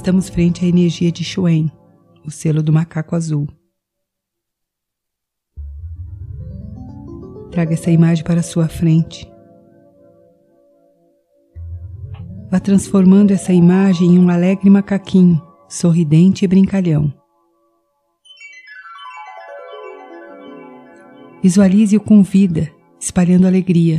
Estamos frente à energia de Xuan, o selo do macaco azul. Traga essa imagem para a sua frente. Vá transformando essa imagem em um alegre macaquinho, sorridente e brincalhão. Visualize-o com vida, espalhando alegria.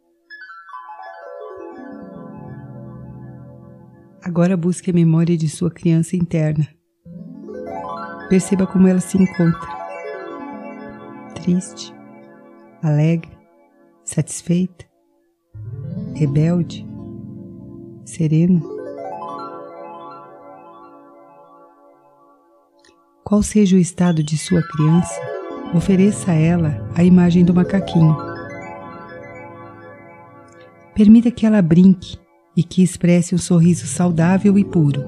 Agora busque a memória de sua criança interna. Perceba como ela se encontra. Triste, alegre, satisfeita, rebelde, serena. Qual seja o estado de sua criança, ofereça a ela a imagem do macaquinho. Permita que ela brinque e que expresse um sorriso saudável e puro.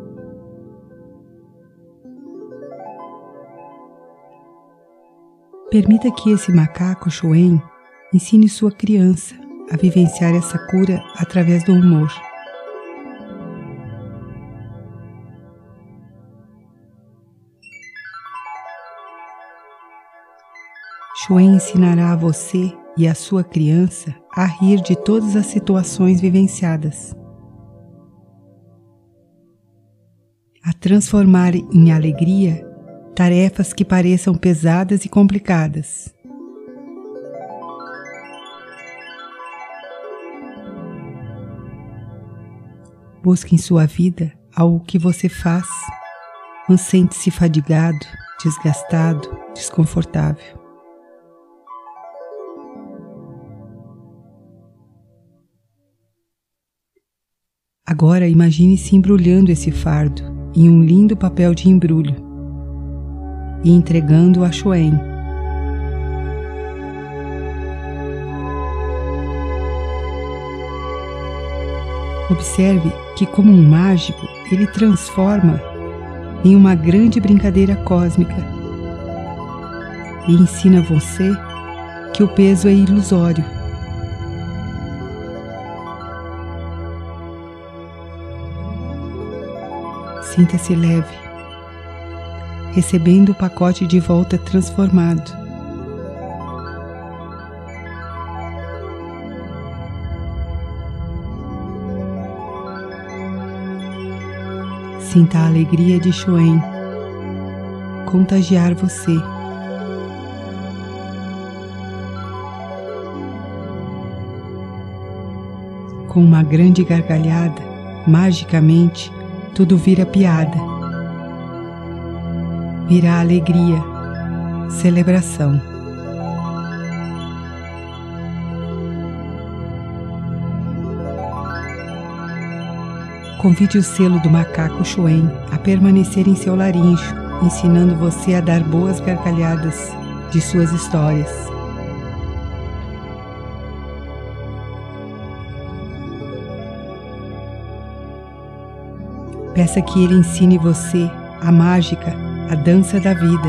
Permita que esse macaco Xuan ensine sua criança a vivenciar essa cura através do humor. Xuan ensinará a você e a sua criança a rir de todas as situações vivenciadas, a transformar em alegria tarefas que pareçam pesadas e complicadas. Busque em sua vida algo que você faz, mas sente-se fadigado, desgastado, desconfortável. Agora imagine-se embrulhando esse fardo em um lindo papel de embrulho e entregando-o a Xuan. Observe que, como um mágico, ele transforma em uma grande brincadeira cósmica e ensina você que o peso é ilusório. Sinta-se leve, recebendo o pacote de volta transformado. Sinta a alegria de Xuan contagiar você. Com uma grande gargalhada, magicamente, tudo vira piada, vira alegria, celebração. Convide o selo do macaco Xuan a permanecer em seu laringe, ensinando você a dar boas gargalhadas de suas histórias. Peça que ele ensine você a mágica, a dança da vida.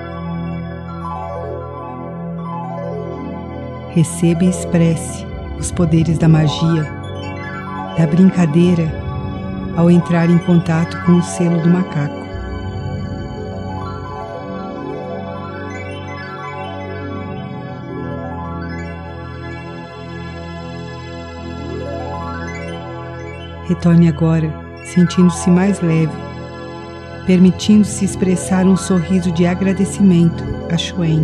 Receba e expresse os poderes da magia, da brincadeira, ao entrar em contato com o selo do macaco. Retorne agora, sentindo-se mais leve, permitindo-se expressar um sorriso de agradecimento a Xuan.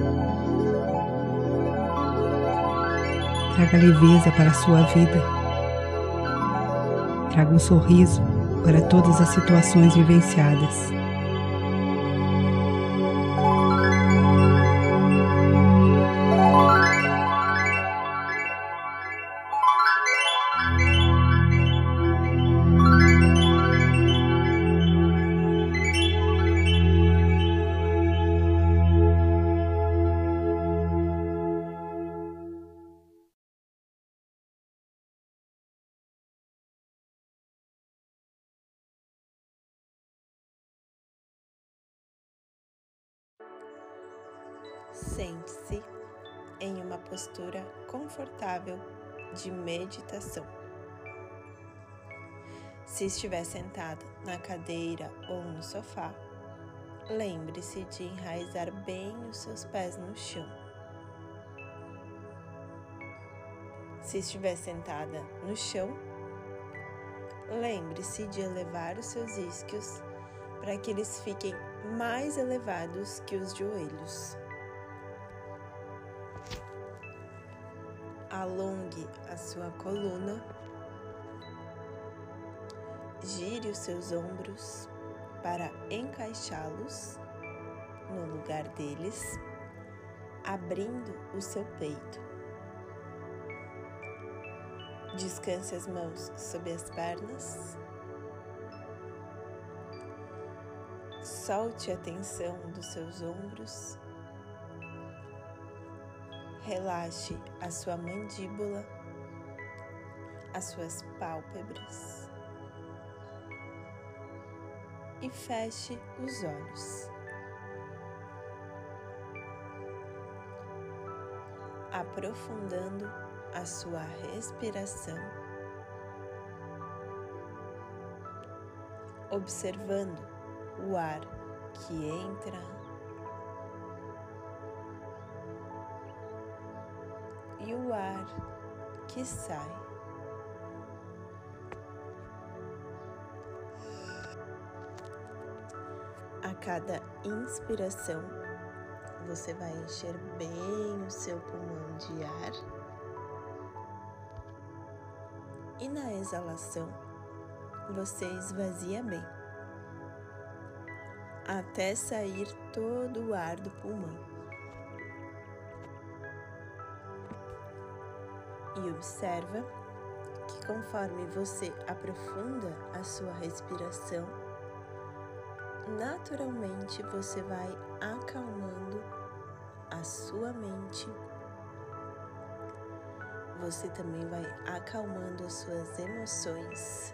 Traga leveza para a sua vida. Traga um sorriso para todas as situações vivenciadas. Sente-se em uma postura confortável de meditação. Se estiver sentada na cadeira ou no sofá, lembre-se de enraizar bem os seus pés no chão. Se estiver sentada no chão, lembre-se de elevar os seus isquios para que eles fiquem mais elevados que os joelhos. Alongue a sua coluna, gire os seus ombros para encaixá-los no lugar deles, abrindo o seu peito. Descanse as mãos sob as pernas. Solte a tensão dos seus ombros. Relaxe a sua mandíbula, as suas pálpebras e feche os olhos. Aprofundando a sua respiração, observando o ar que entra e o ar que sai. A cada inspiração, você vai encher bem o seu pulmão de ar e na exalação, você esvazia bem, até sair todo o ar do pulmão. E observa que conforme você aprofunda a sua respiração, naturalmente você vai acalmando a sua mente. Você também vai acalmando as suas emoções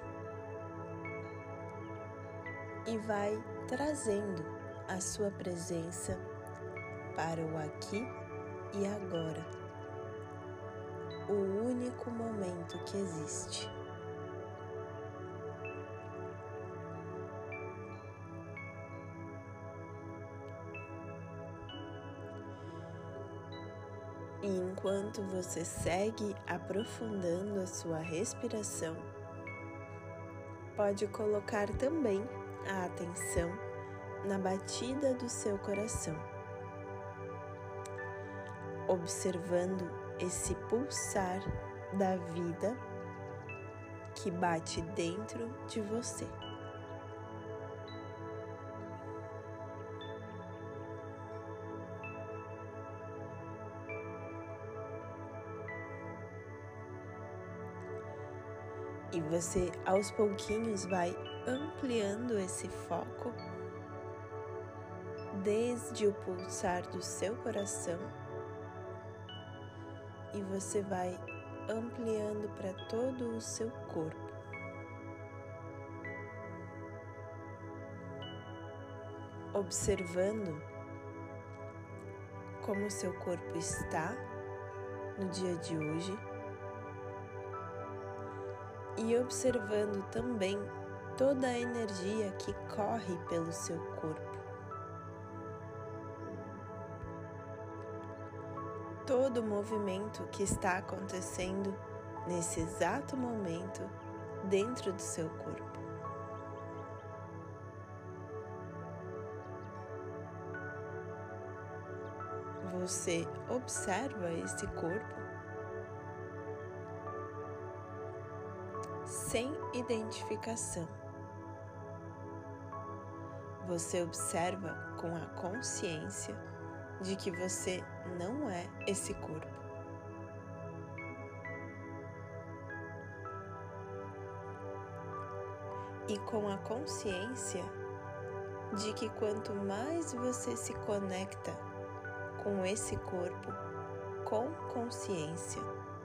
e vai trazendo a sua presença para o aqui e agora, o único momento que existe. E enquanto você segue aprofundando a sua respiração, pode colocar também a atenção na batida do seu coração, observando esse pulsar da vida que bate dentro de você. E você, aos pouquinhos, vai ampliando esse foco desde o pulsar do seu coração e você vai ampliando para todo o seu corpo. Observando como o seu corpo está no dia de hoje. E observando também toda a energia que corre pelo seu corpo. Todo o movimento que está acontecendo nesse exato momento dentro do seu corpo. Você observa esse corpo sem identificação. Você observa com a consciência de que você não é esse corpo. E com a consciência de que quanto mais você se conecta com esse corpo, com consciência,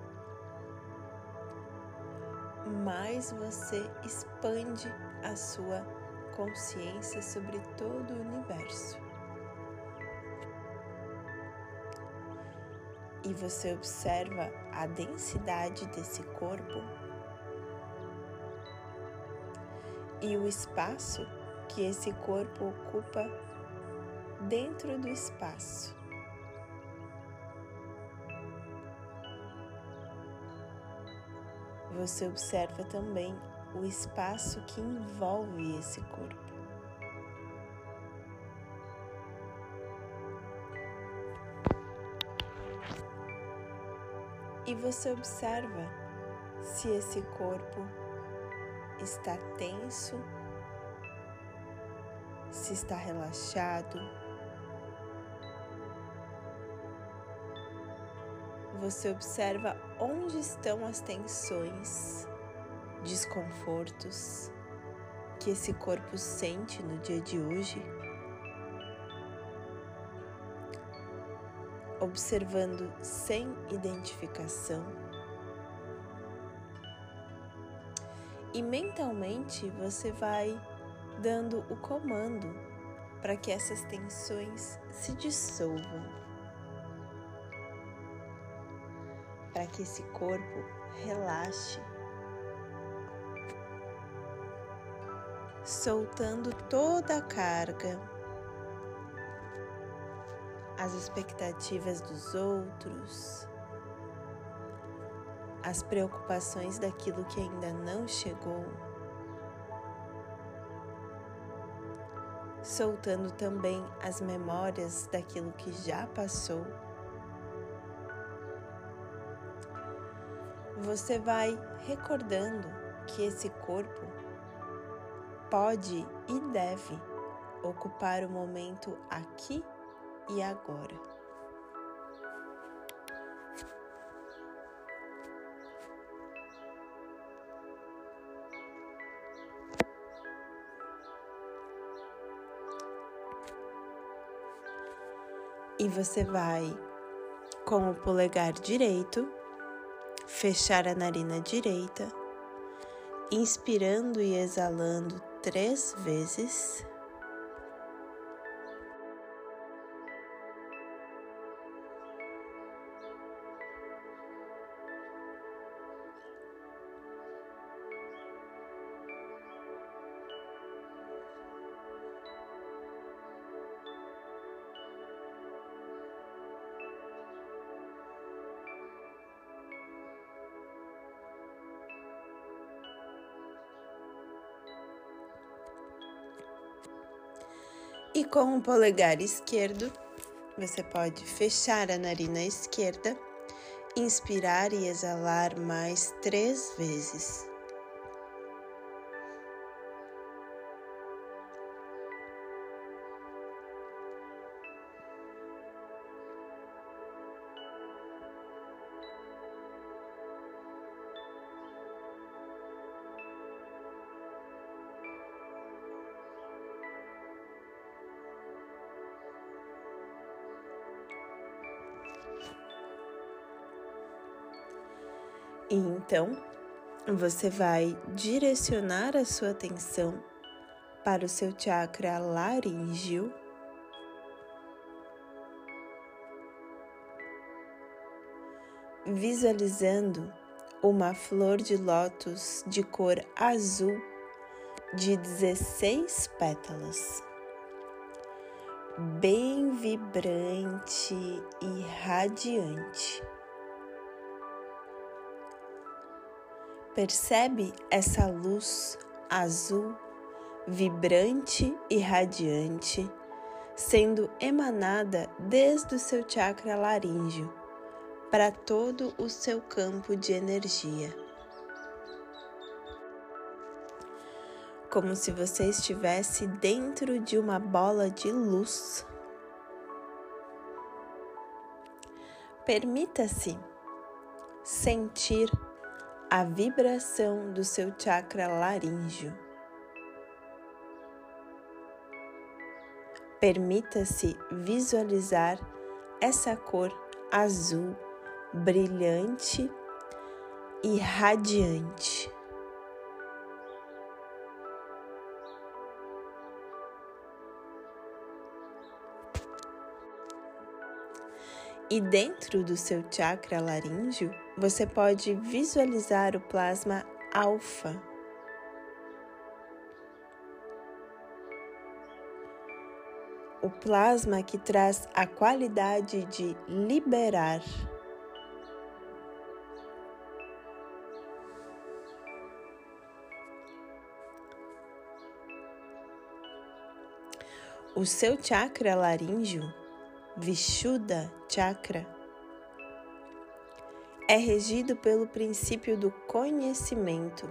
mais você expande a sua consciência sobre todo o universo. E você observa a densidade desse corpo e o espaço que esse corpo ocupa dentro do espaço. Você observa também o espaço que envolve esse corpo. E você observa se esse corpo está tenso, se está relaxado. Você observa onde estão as tensões, desconfortos que esse corpo sente no dia de hoje. Observando sem identificação. E mentalmente você vai dando o comando para que essas tensões se dissolvam, para que esse corpo relaxe, soltando toda a carga, as expectativas dos outros, as preocupações daquilo que ainda não chegou, soltando também as memórias daquilo que já passou. Você vai recordando que esse corpo pode e deve ocupar o momento aqui e agora. E você vai, com o polegar direito, fechar a narina direita, inspirando e exalando 3 vezes. E com o polegar esquerdo, você pode fechar a narina esquerda, inspirar e exalar mais 3 vezes. E então, você vai direcionar a sua atenção para o seu chakra laríngeo, visualizando uma flor de lótus de cor azul de 16 pétalas, bem vibrante e radiante. Percebe essa luz azul, vibrante e radiante, sendo emanada desde o seu chakra laríngeo para todo o seu campo de energia. Como se você estivesse dentro de uma bola de luz. Permita-se sentir a vibração do seu chakra laríngeo. Permita-se visualizar essa cor azul, brilhante e radiante. E dentro do seu chakra laríngeo, você pode visualizar o plasma alfa. o plasma que traz a qualidade de liberar. O seu chakra laríngeo, Vishuddha Chakra, é regido pelo princípio do conhecimento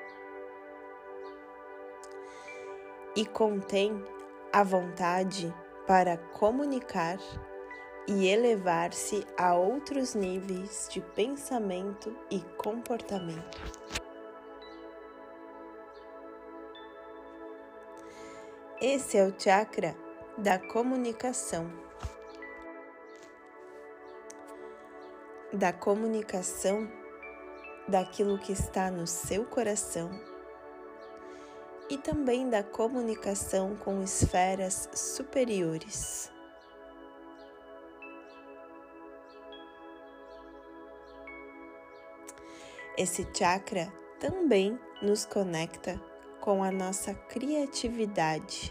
e contém a vontade para comunicar e elevar-se a outros níveis de pensamento e comportamento. Esse é o chakra da comunicação. Da comunicação daquilo que está no seu coração e também da comunicação com esferas superiores. Esse chakra também nos conecta com a nossa criatividade.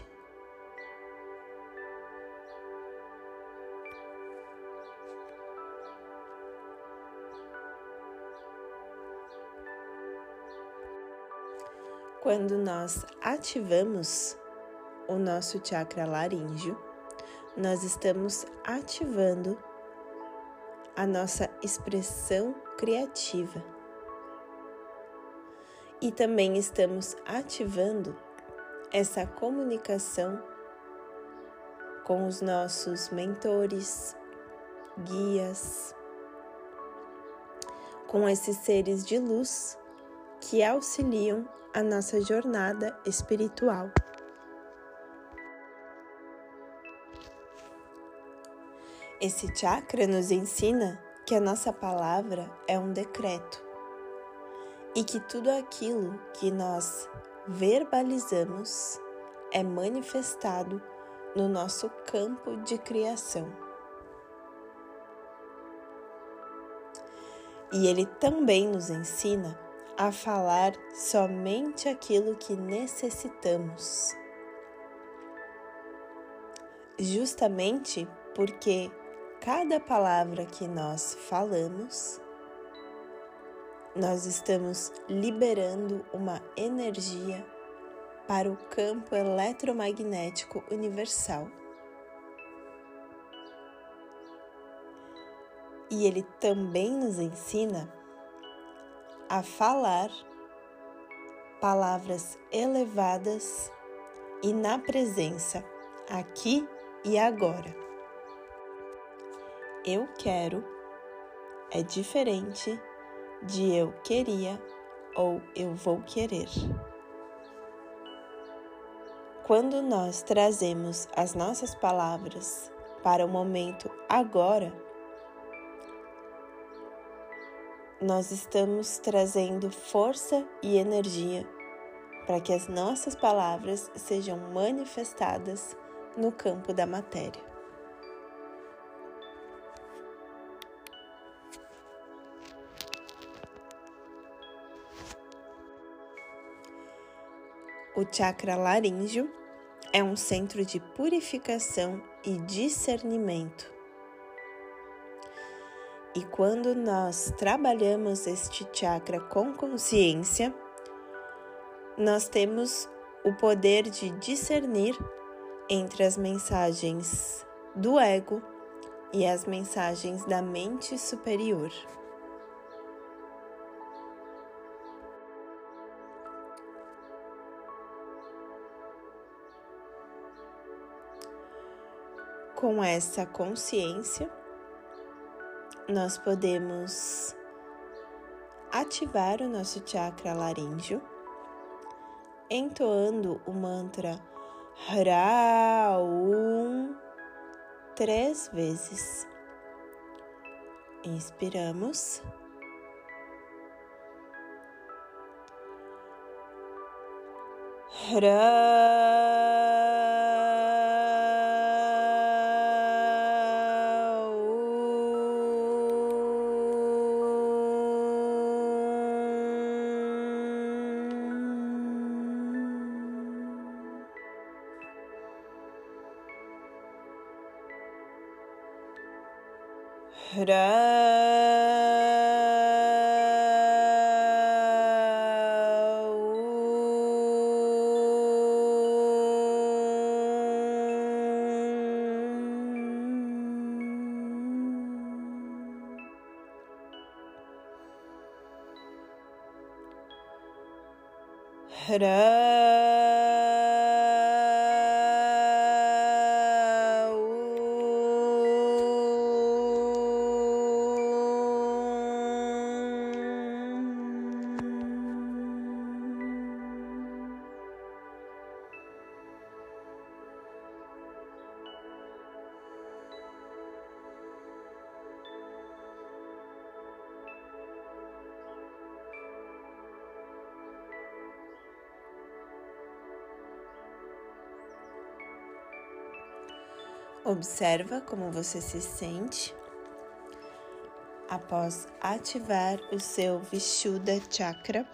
Quando nós ativamos o nosso chakra laríngeo, nós estamos ativando a nossa expressão criativa. E também estamos ativando essa comunicação com os nossos mentores, guias, com esses seres de luz que auxiliam a nossa jornada espiritual. Esse chakra nos ensina que a nossa palavra é um decreto e que tudo aquilo que nós verbalizamos é manifestado no nosso campo de criação. E ele também nos ensina a falar somente aquilo que necessitamos. Justamente porque cada palavra que nós falamos, nós estamos liberando uma energia para o campo eletromagnético universal. E ele também nos ensina a falar palavras elevadas e na presença, aqui e agora. Eu quero é diferente de eu queria ou eu vou querer. Quando nós trazemos as nossas palavras para o momento agora, nós estamos trazendo força e energia para que as nossas palavras sejam manifestadas no campo da matéria. O chakra laríngeo é um centro de purificação e discernimento. E quando nós trabalhamos este chakra com consciência, nós temos o poder de discernir entre as mensagens do ego e as mensagens da mente superior. Com essa consciência, nós podemos ativar o nosso chakra laríngeo, entoando o mantra Hra-Om 3 vezes. Inspiramos. Observa como você se sente após ativar o seu Vishuddha Chakra.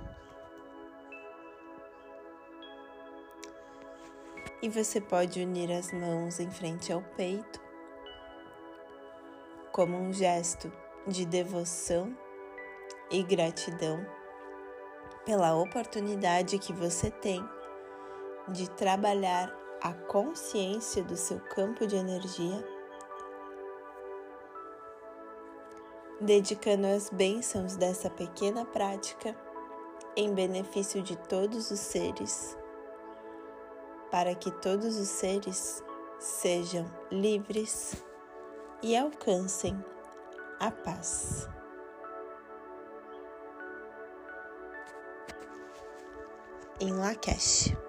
E você pode unir as mãos em frente ao peito, como um gesto de devoção e gratidão pela oportunidade que você tem de trabalhar a consciência do seu campo de energia, dedicando as bênçãos dessa pequena prática em benefício de todos os seres, para que todos os seres sejam livres e alcancem a paz. Em Lakesh.